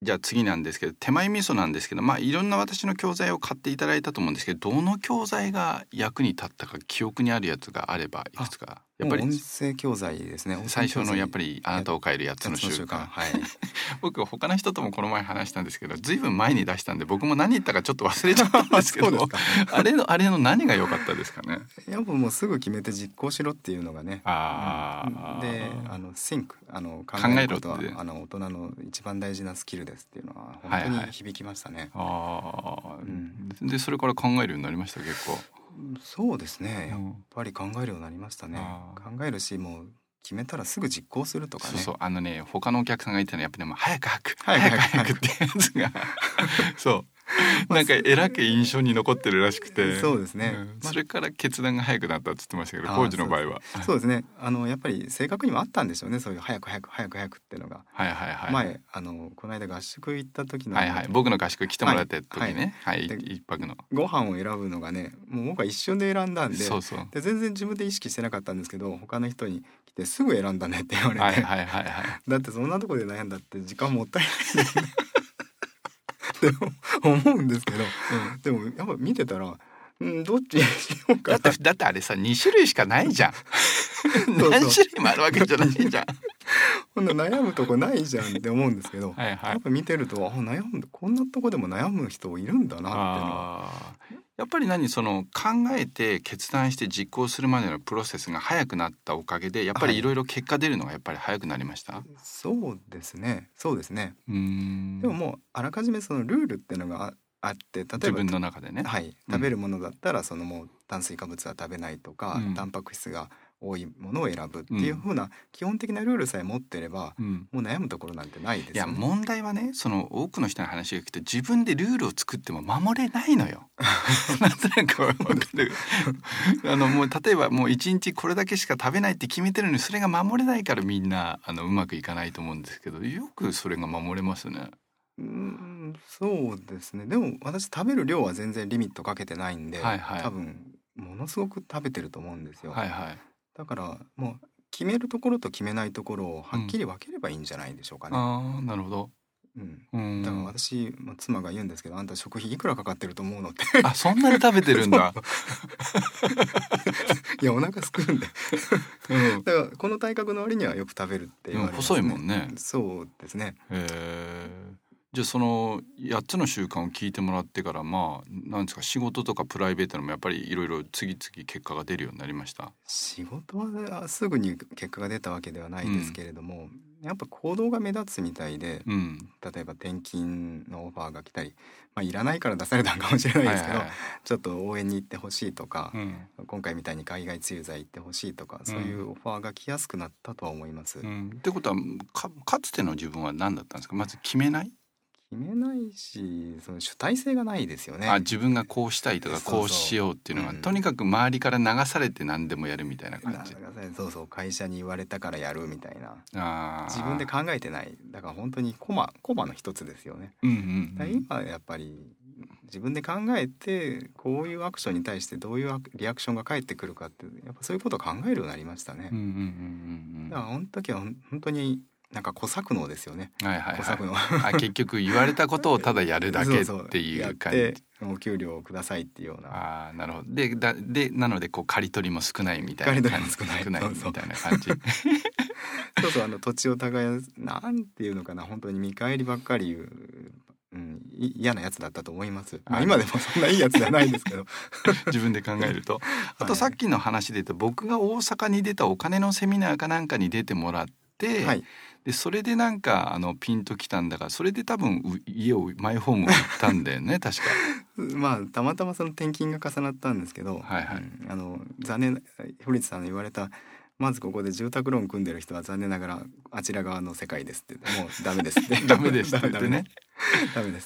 じゃあ次なんですけど、手前味噌なんですけど、いろんな私の教材を買っていただいたと思うんですけど、どの教材が役に立ったか記憶にあるやつがあればいくつか。やっぱり音声教材ですね。 最初のやっぱりあなたを変える8つの習慣。 はい僕他の人ともこの前話したんですけど、ずいぶん前に出したんで僕も何言ったかちょっと忘れちゃったんですけどそうですか。 あれの何が良かったですかね。 やっぱもうすぐ決めて実行しろっていうのがね。でthink 考えることは大人の一番大事なスキルですっていうのは本当に響きましたね。 でそれから考えるようになりました。結構そうですね、やっぱり考えるようになりましたね。考えるし、もう決めたらすぐ実行するとかね。 他のお客さんが言ってたのはやっぱり早くってやつがそうなんかえらく印象に残ってるらしくて。 そうですね、 それから決断が早くなったって言ってましたけど、浩二の場合はそうですね、やっぱり性格にもあったんでしょうね、そういう早くっていうのが。前この間合宿行った時の僕の合宿来てもらった時ね、一泊のご飯を選ぶのがね、もう僕は一瞬で選んだんで、で全然自分で意識してなかったんですけど、他の人に来てすぐ選んだねって言われて、だってそんなとこで悩んだって時間もったいないって思うんですけど、でもやっぱ見てたら、どっちにしようかな。 だってあれさ2種類しかないじゃん何種類もあるわけじゃないじゃん悩むとこないじゃんって思うんですけど、やっぱ見てると悩む、こんなとこでも悩む人いるんだなっていうのは。 やっぱりその考えて決断して実行するまでのプロセスが早くなったおかげで、やっぱりいろいろ結果出るのがやっぱり早くなりました。 そうですね。でももうあらかじめそのルールっていうのがあって、例えば自分の中でね、 食べるものだったらもう炭水化物は食べないとか、タンパク質が多いものを選ぶっていう風な基本的なルールさえ持ってれば、もう悩むところなんてないですよね。 いや問題はね、多くの人の話が聞くと自分でルールを作っても守れないのよなんとなくわかるもう例えばもう1日これだけしか食べないって決めてるのに、それが守れないからみんなうまくいかないと思うんですけど、よくそれが守れますね。 そうですね。でも私食べる量は全然リミットかけてないんで、多分ものすごく食べてると思うんですよ。だからもう決めるところと決めないところをはっきり分ければいいんじゃないでしょうかね。 なるほど。 だから私、妻が言うんですけど、あんた食費いくらかかってると思うのってそんなに食べてるんだいやお腹すくんでだからこの体格の割にはよく食べるって言われますね。 細いもんね。 そうですね。 じゃあその8つの習慣を聞いてもらってから、なんですか、仕事とかプライベートのもやっぱりいろいろ次々結果が出るようになりました？ 仕事はすぐに結果が出たわけではないですけれども、やっぱ行動が目立つみたいで、例えば転勤のオファーが来たり、いらないから出されたのかもしれないですけど、ちょっと応援に行ってほしいとか、今回みたいに海外駐在行ってほしいとか、そういうオファーが来やすくなったとは思います。 ってことはかつての自分は何だったんですか？まず決めないし、その主体性がないですよね。 自分がこうしたいとかこうしようっていうのが、とにかく周りから流されて何でもやるみたいな感じ。 会社に言われたからやるみたいな、自分で考えてない。だから本当にコマの一つですよね。今やっぱり自分で考えて、こういうアクションに対してどういうリアクションが返ってくるかって、やっぱそういうことを考えるようになりましたね。だからあの時は本当になんか小作能ですよね。小作能結局言われたことをただやるだけっていう感じ。 やってお給料をくださいっていうような。 なるほど。でなので刈り取りも少ないみたいな感じ。少ないみたいな感じ土地を耕す、なんていうのかな、本当に見返りばっかり言う、嫌なやつだったと思います。今でもそんないいやつじゃないんですけど自分で考えると。あとさっきの話で言うと、僕が大阪に出たお金のセミナーかなんかに出てもらって、でそれでなんかピンときたんだから、それで多分マイホームを売ったんだよね確かたまたまその転勤が重なったんですけど、残念、堀内さんの言われた、まずここで住宅ローン組んでる人は残念ながらあちら側の世界ですって、もうダメですってダメですって言ってねダメです、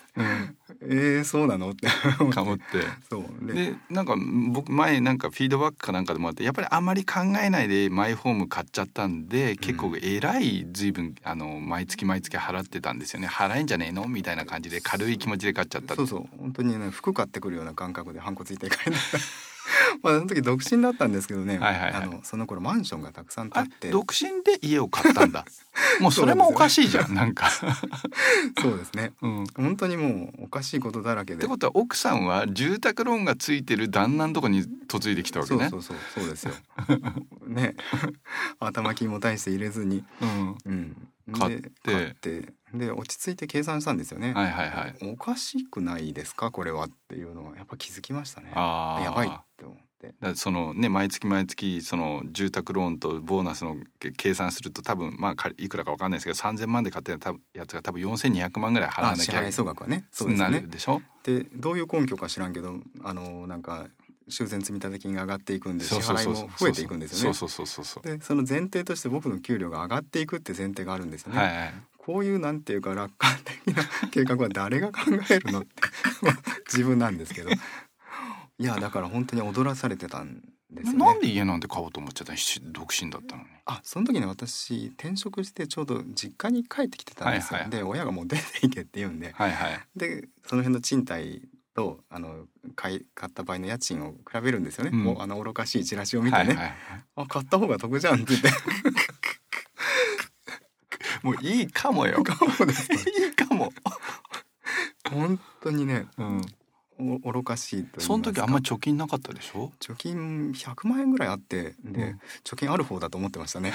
そうなのって思ってでなんか僕前なんかフィードバックかなんかでもあって、やっぱりあまり考えないでマイホーム買っちゃったんで、結構えらい随分毎月払ってたんですよね。払えんじゃねえのみたいな感じで軽い気持ちで買っちゃった。 本当にね、服買ってくるような感覚でハンコついて帰ったまあその時独身だったんですけどね、 はいはいはい、 その頃マンションがたくさん建って。 独身で家を買ったんだ。もうそれもおかしいじゃん、なんかそうですね、うん、本当にもうおかしいことだらけで。 ってことは奥さんは住宅ローンがついてる旦那のとこに嫁いできたわけね。 そうですよね頭金も大して入れずに、買ってで落ち着いて計算したんですよね。 はいはいはい。 おかしくないですかこれはっていうのはやっぱ気づきましたね。やばいって思って。 だそのね、毎月毎月その住宅ローンとボーナスの計算すると多分まあいくらか分かんないですけど3000万で買ってたやつが多分4200万ぐらい払わなきゃ支払い総額はね、そうですね、 なるでしょ。 でどういう根拠か知らんけどなんか修繕積立金が上がっていくんで支払いも増えていくんですよね。でその前提として僕の給料が上がっていくって前提があるんですよね。はいはい、こういうなんていうか楽観的な計画は誰が考えるのって自分なんですけど、いやだから本当に踊らされてたんですよね。 なんで家なんて買おうと思っちゃったの、独身だったのに。 その時ね私転職してちょうど実家に帰ってきてたんですよ。はいはい、で親がもう出ていけって言うんで、はいはい、でその辺の賃貸と買った場合の家賃を比べるんですよね。もう愚かしいチラシを見てね、はいはいはい、買った方が得じゃんって言ってもういいかもよ。 かもですいいかも本当にね、愚かしいと言いますか。 その時あんまり貯金なかったでしょ。 貯金100万円ぐらいあってで、貯金ある方だと思ってましたね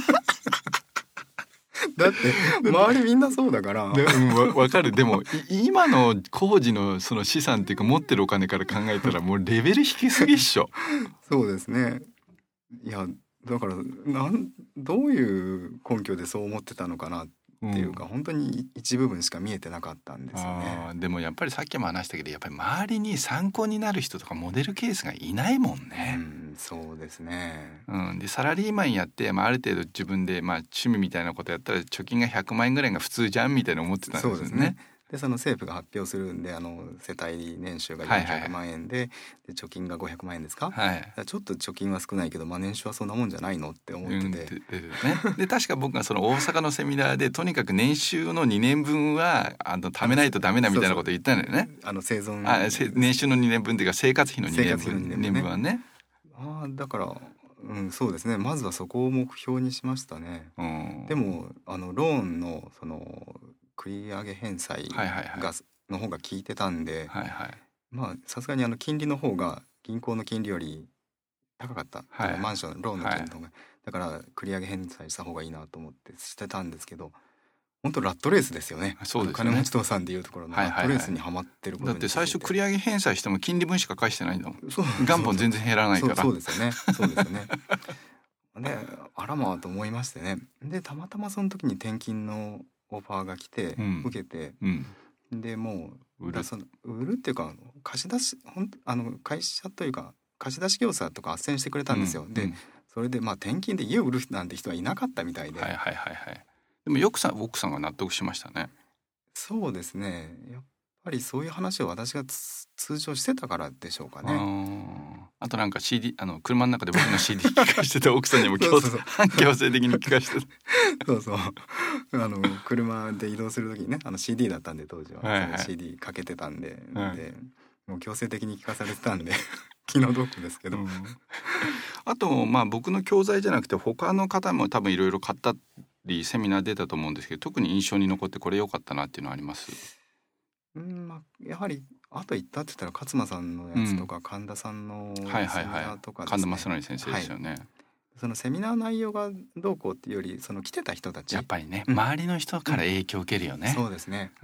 だって周りみんなそうだからわかる。でも今の工事のその資産っていうか持ってるお金から考えたらもうレベル低すぎっしょそうですね。いやだからどういう根拠でそう思ってたのかなっていうか、本当に一部分しか見えてなかったんですよね。 でもやっぱりさっきも話したけどやっぱり周りに参考になる人とかモデルケースがいないもんね。 そうですね、 でサラリーマンやって、ある程度自分で、趣味みたいなことやったら貯金が100万円ぐらいが普通じゃんみたいな思ってたんですよね。そうですね。 でその政府が発表するんで世帯年収が400万円で、で貯金が500万円ですか、はい、ちょっと貯金は少ないけど、年収はそんなもんじゃないのって思ってて、 で確か僕がその大阪のセミナーでとにかく年収の2年分は貯めないとダメだみたいなこと言ったんだよね。 生存年収の2年分っていうか生活費の2年分はね。 だからそうですね、まずはそこを目標にしましたね。でもローンのその繰り上げ返済の方が効いてたんで、さすがに金利の方が銀行の金利より高かった、マンションローンの金利の方が、だから繰り上げ返済した方がいいなと思ってしてたんですけど、本当ラットレースですよね。そうですね。金持ち父さんでいうところのラットレースにはまってることに、 だって最初繰り上げ返済しても金利分しか返してないんだもん。元本全然減らないから。 そうですよね。そうですよね。であらまあと思いましてね。でたまたまその時に転勤のオファーが来て、受けて、でもう売るっていうか貸し出し会社というか貸し出し業者とか斡旋してくれたんですよ。でそれで転勤で家を売るなんて人はいなかったみたいで、 でも奥さんが納得しましたね。 そうですね。やっぱりそういう話を私が通常してたからでしょうかね。 あとなんか CD 車の中で僕の CD 聞かせてた奥さんにも反強制的に聞かせてそう車で移動する時にねCD だったんで当時は、CD かけてたんで、でもう強制的に聞かされてたんで気の毒ですけど、 あと僕の教材じゃなくて他の方も多分いろいろ買ったりセミナー出たと思うんですけど、特に印象に残ってこれ良かったなっていうのはあります？ やはりあと言ったって言ったら勝間さんのやつとか、神田さんのセミナーとかですね。 神田正則先生ですよね。 そのセミナーの内容がどうこうっていうよりその来てた人たち、 やっぱりね、周りの人から影響を受けるよね。 そうですね。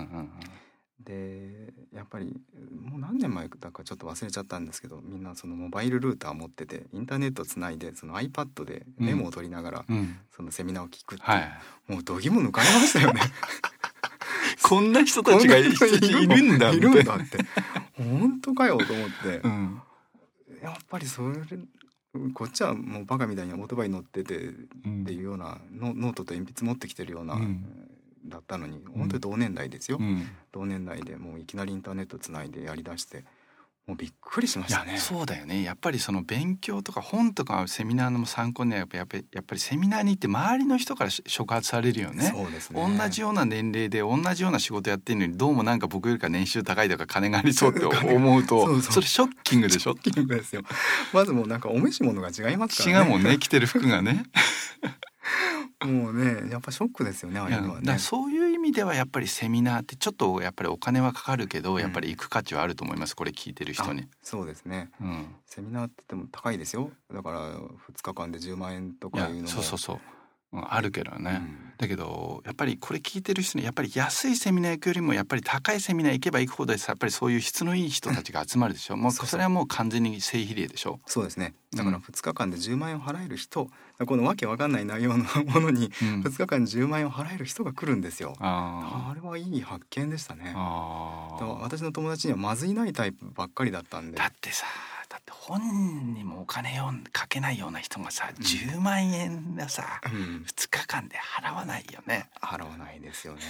でやっぱりもう何年前だかちょっと忘れちゃったんですけど、みんなそのモバイルルーター持っててインターネットつないでその iPad でメモを取りながら、そのセミナーを聞くって、もう度肝抜かれましたよねこんな人たちがいるんだって本当かよと思って、やっぱりこっちはもうバカみたいにオートバイ乗っててっていうようなノートと鉛筆持ってきてるような、だったのに本当に同年代ですよ、同年代でもういきなりインターネットつないでやりだして、 もうびっくりしましたね。 そうだよね。やっぱりその勉強とか本とかセミナーの参考にはやっぱりセミナーに行って周りの人から触発されるよね。 そうですね。 同じような年齢で同じような仕事やってるのにどうもなんか僕よりか年収高いとか金がありそうって思うとそれショッキングでしょ。 ショッキングですよ。まずもうなんかお召し物が違いますからね。 違うもんね、着てる服がね。 もうね、やっぱショックですよね、ああいうのはね。 そういう意味ではやっぱりセミナーってちょっとやっぱりお金はかかるけど、やっぱり行く価値はあると思います。これ聞いてる人に。 そうですね、セミナーって言っても高いですよ。だから2日間で10万円とかいうのもそうあるけどね、だけどやっぱりこれ聞いてる人にやっぱり安いセミナー行くよりもやっぱり高いセミナー行けば行くほどやっぱりそういう質のいい人たちが集まるでしょ。もうそれはもう完全に正比例でしょ。 そうですね。だから2日間で10万円を払える人、このわけわかんない内容のものに2日間10万円を払える人が来るんですよ。あれはいい発見でしたね。だから私の友達にはまずいないタイプばっかりだったんで。 だって本にもお金をかけないような人がさ、10万円がさ、2日間で払わないよね。 払わないですよね。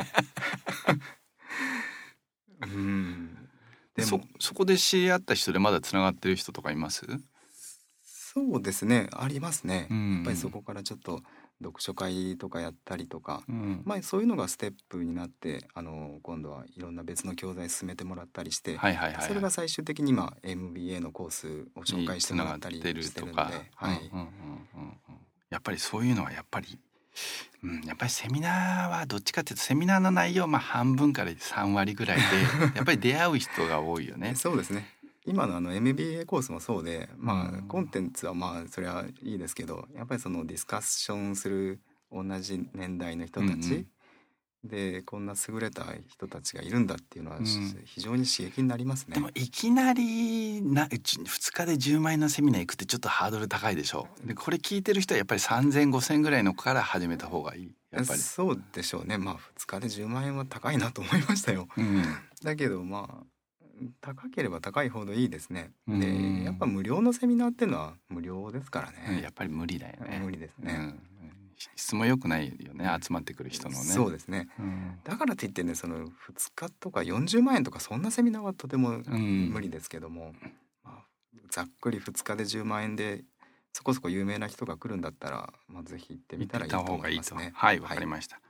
でもそこで知り合った人でまだつながってる人とかいます？ そうですね、ありますね。やっぱりそこからちょっと読書会とかやったりとか、そういうのがステップになって今度はいろんな別の教材進めてもらったりして、それが最終的にMBA のコースを紹介してもらったりしてるんで、 やっぱりそういうのはやっぱりセミナーはどっちかっていうとセミナーの内容半分から3割ぐらいでやっぱり出会う人が多いよね。 そうですね。今のMBA コースもそうで、コンテンツはそれはいいですけど、やっぱりそのディスカッションする同じ年代の人たち、でこんな優れた人たちがいるんだっていうのは非常に刺激になりますね。 でもいきなり2日で10万円のセミナー行くってちょっとハードル高いでしょ。でこれ聞いてる人はやっぱり3000、5000ぐらいのから始めた方がいい。やっぱりそうでしょうね。2日で10万円は高いなと思いましたよ。だけど高ければ高いほどいいですね。でやっぱ無料のセミナーっていうのは無料ですからね。 やっぱり無理だよね。 無理ですね。 質も良くないよね、集まってくる人のね。 そうですね、だからといってね、その2日とか40万円とかそんなセミナーはとても無理ですけども、ざっくり2日で10万円でそこそこ有名な人が来るんだったら、ぜひ行ってみたらいいと思いますね。 はい、わかりました。